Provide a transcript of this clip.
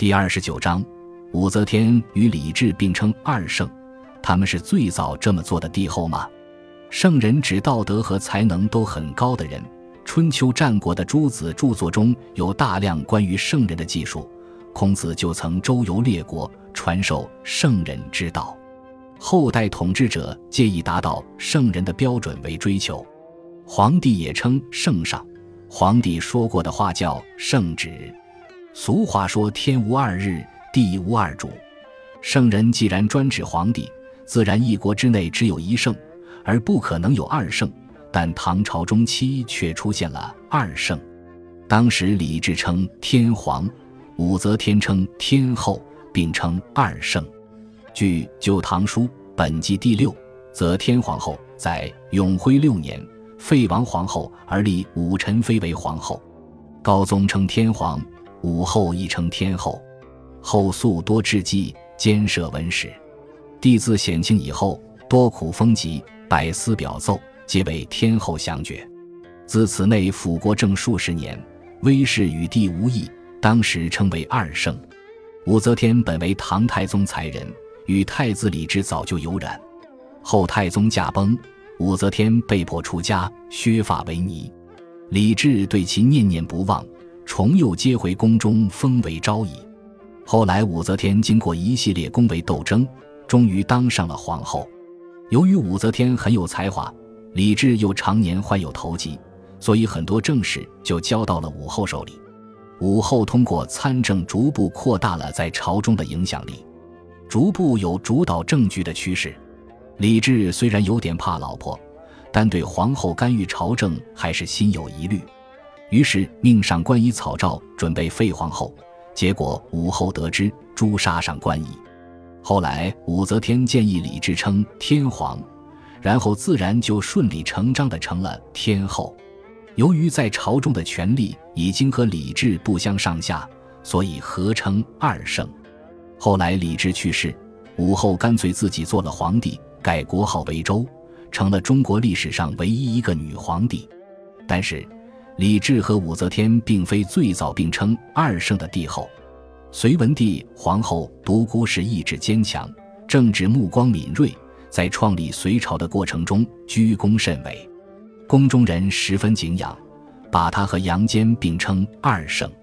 第29章，武则天与李治并称二圣，他们是最早这么做的帝后吗？圣人指道德和才能都很高的人，春秋战国的诸子著作中有大量关于圣人的记述，孔子就曾周游列国，传授圣人之道。后代统治者借以达到圣人的标准为追求，皇帝也称圣上，皇帝说过的话叫圣旨。俗话说天无二日，地无二主，圣人既然专指皇帝，自然一国之内只有一圣，而不可能有二圣，但唐朝中期却出现了二圣。当时李治称天皇，武则天称天后，并称二圣。据《旧唐书·本纪》第6，则天皇后在永徽6年废王皇后，而立武宸妃为皇后。高宗称天皇，武后亦称天后。后素多治计，兼摄文史。帝自显庆以后，多苦封疾，百司表奏，皆为天后详决。自此内辅国政数十年，威势与帝无异，当时称为二圣。武则天本为唐太宗才人，与太子李治早就有染。后太宗驾崩，武则天被迫出家，削发为尼。李治对其念念不忘，重又接回宫中，封为昭仪。后来武则天经过一系列宫闱斗争，终于当上了皇后。由于武则天很有才华，李治又常年患有头疾，所以很多政事就交到了武后手里。武后通过参政逐步扩大了在朝中的影响力，逐步有主导政局的趋势。李治虽然有点怕老婆，但对皇后干预朝政还是心有疑虑，于是命上官仪草诏准备废皇后，结果武后得知，诛杀上官仪。后来武则天建议李治称天皇，然后自然就顺理成章地成了天后。由于在朝中的权力已经和李治不相上下，所以合称二圣。后来李治去世，武后干脆自己做了皇帝，改国号为周，成了中国历史上唯一一个女皇帝。但是李治和武则天并非最早并称二圣的帝后。隋文帝皇后独孤氏意志坚强，政治目光敏锐，在创立隋朝的过程中居功甚伟，宫中人十分敬仰，把她和杨坚并称二圣。